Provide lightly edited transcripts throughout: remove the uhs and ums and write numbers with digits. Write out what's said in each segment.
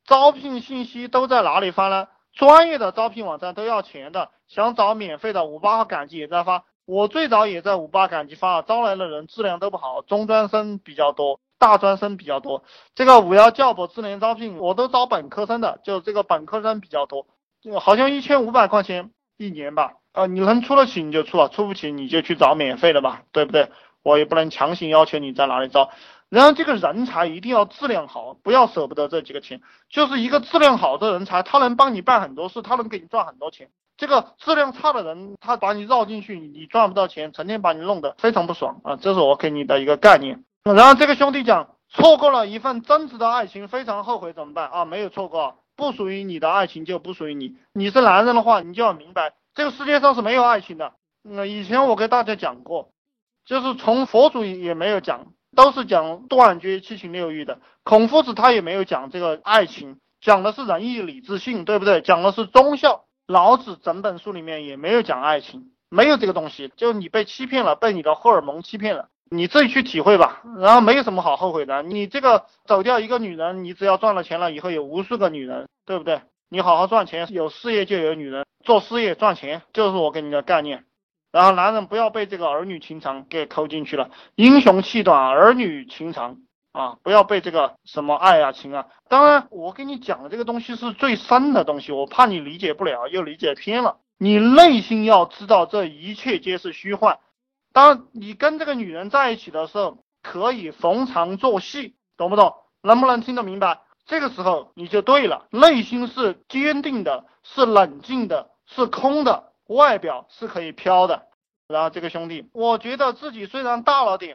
招聘信息都在哪里发呢？专业的招聘网站都要钱的，想找免费的，58号赶集也在发，我最早也在58赶集发，招来的人质量都不好，中专生比较多，大专生比较多。这个51 job 智联招聘我都招本科生的，就这个本科生比较多，好像1500块钱一年吧，你能出得起你就出了，出不起你就去找免费的吧，对不对？我也不能强行要求你在哪里招。然后这个人才一定要质量好，不要舍不得这几个钱。就是一个质量好的人才，他能帮你办很多事，他能给你赚很多钱。这个质量差的人，他把你绕进去，你赚不到钱，成天把你弄得非常不爽啊！这是我给你的一个概念。然后这个兄弟讲，错过了一份真挚的爱情，非常后悔怎么办啊？没有错过，不属于你的爱情就不属于你。你是男人的话，你就要明白，这个世界上是没有爱情的。以前我给大家讲过，就是从佛祖也没有讲。都是讲断绝七情六欲的，孔夫子他也没有讲这个爱情，讲的是仁义礼智信，对不对？讲的是忠孝。老子整本书里面也没有讲爱情，没有这个东西，就你被欺骗了，被你的荷尔蒙欺骗了，你自己去体会吧。然后没有什么好后悔的，你这个走掉一个女人，你只要赚了钱了，以后有无数个女人，对不对？你好好赚钱，有事业就有女人，做事业赚钱，就是我给你的概念。然后男人不要被这个儿女情长给抠进去了，英雄气短，儿女情长啊，不要被这个什么爱啊情啊。当然我给你讲的这个东西是最深的东西，我怕你理解不了又理解偏了。你内心要知道这一切皆是虚幻。当你跟这个女人在一起的时候，可以逢场作戏，懂不懂？能不能听得明白？这个时候你就对了，内心是坚定的，是冷静的，是空的，外表是可以飘的。然后这个兄弟，我觉得自己虽然大了点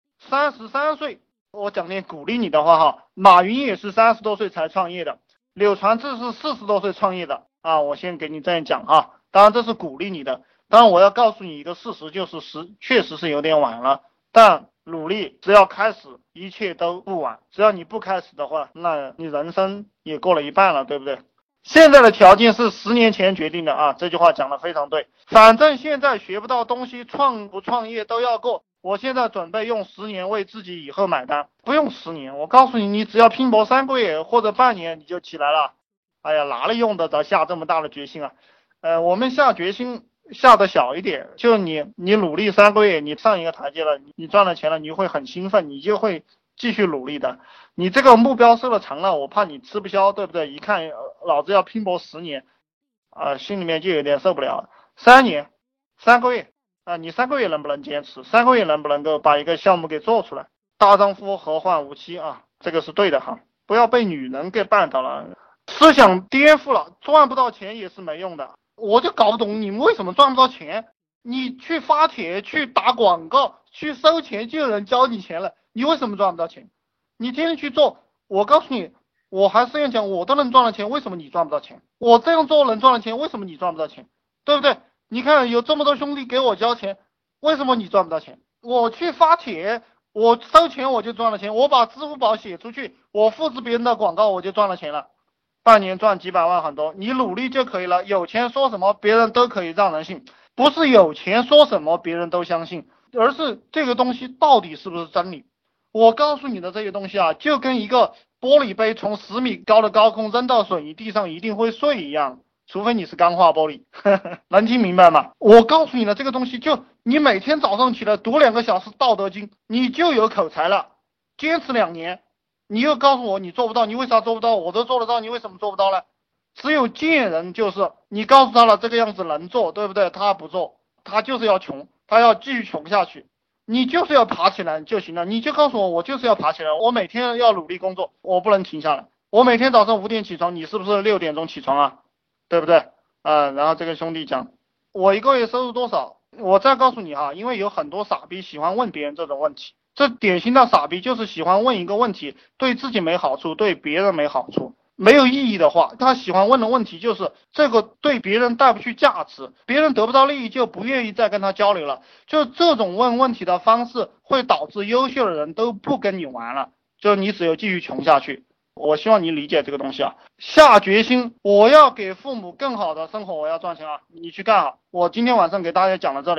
，33岁，我讲点鼓励你的话哈，马云也是30多岁才创业的，柳传志是40多岁创业的啊，我先给你这样讲啊，当然这是鼓励你的，当然我要告诉你一个事实，就是确实是有点晚了，但努力只要开始，一切都不晚，只要你不开始的话，那你人生也过了一半了，对不对？现在的条件是10年前决定的啊，这句话讲得非常对。反正现在学不到东西，创不创业都要过。我现在准备用10年为自己以后买单，不用10年，我告诉你，你只要拼搏3个月或者半年，你就起来了。哎呀，哪里用得着下这么大的决心啊？我们下决心下得小一点，就你努力3个月，你上一个台阶了，你赚了钱了，你会很兴奋，你就会继续努力的。你这个目标设了长了，我怕你吃不消，对不对？一看老子要拼搏10年，心里面就有点受不了。3年3个月啊，你3个月能不能坚持？3个月能不能够把一个项目给做出来？大丈夫何患无妻啊，这个是对的哈，不要被女人给绊倒了，思想颠覆了，赚不到钱也是没用的。我就搞不懂你们为什么赚不到钱？你去发帖，去打广告，去收钱，就有人交你钱了，你为什么赚不到钱？你天天去做，我告诉你，我还是这样讲，我都能赚了钱，为什么你赚不到钱？我这样做能赚了钱，为什么你赚不到钱？对不对？你看有这么多兄弟给我交钱，为什么你赚不到钱？我去发帖，我收钱我就赚了钱，我把支付宝写出去，我复制别人的广告我就赚了钱了，半年赚几百万很多，你努力就可以了。有钱说什么别人都可以让人信，不是有钱说什么别人都相信，而是这个东西到底是不是真理。我告诉你的这些东西啊，就跟一个玻璃杯从10米高的高空扔到水泥地上一定会碎一样，除非你是钢化玻璃，能听明白吗？我告诉你的这个东西，就你每天早上起来读2个小时道德经，你就有口才了。坚持2年，你又告诉我你做不到，你为啥做不到？我都做得到，你为什么做不到呢？只有贱人就是你告诉他了这个样子能做，对不对？他不做，他就是要穷，他要继续穷下去。你就是要爬起来就行了，你就告诉我，我就是要爬起来，我每天要努力工作，我不能停下来。我每天早上5点起床，你是不是6点钟起床啊？对不对？然后这个兄弟讲，我1个月收入多少？我再告诉你哈，因为有很多傻逼喜欢问别人这种问题，这典型的傻逼就是喜欢问一个问题，对自己没好处，对别人没好处，没有意义的话，他喜欢问的问题就是这个对别人带不去价值，别人得不到利益就不愿意再跟他交流了。就这种问问题的方式会导致优秀的人都不跟你玩了，就你只有继续穷下去。我希望你理解这个东西啊，下决心，我要给父母更好的生活，我要赚钱啊，你去干啊。我今天晚上给大家讲到这里啊，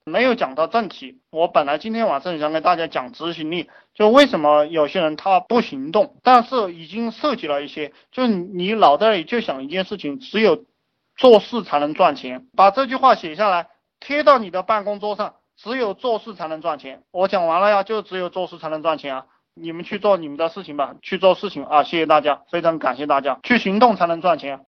没有讲到正题。我本来今天晚上想跟大家讲执行力，就为什么有些人他不行动，但是已经涉及了一些，就你脑袋里就想一件事情，只有做事才能赚钱，把这句话写下来，贴到你的办公桌上，只有做事才能赚钱。我讲完了呀，就只有做事才能赚钱啊。你们去做你们的事情吧，去做事情啊！谢谢大家，非常感谢大家，去行动才能赚钱。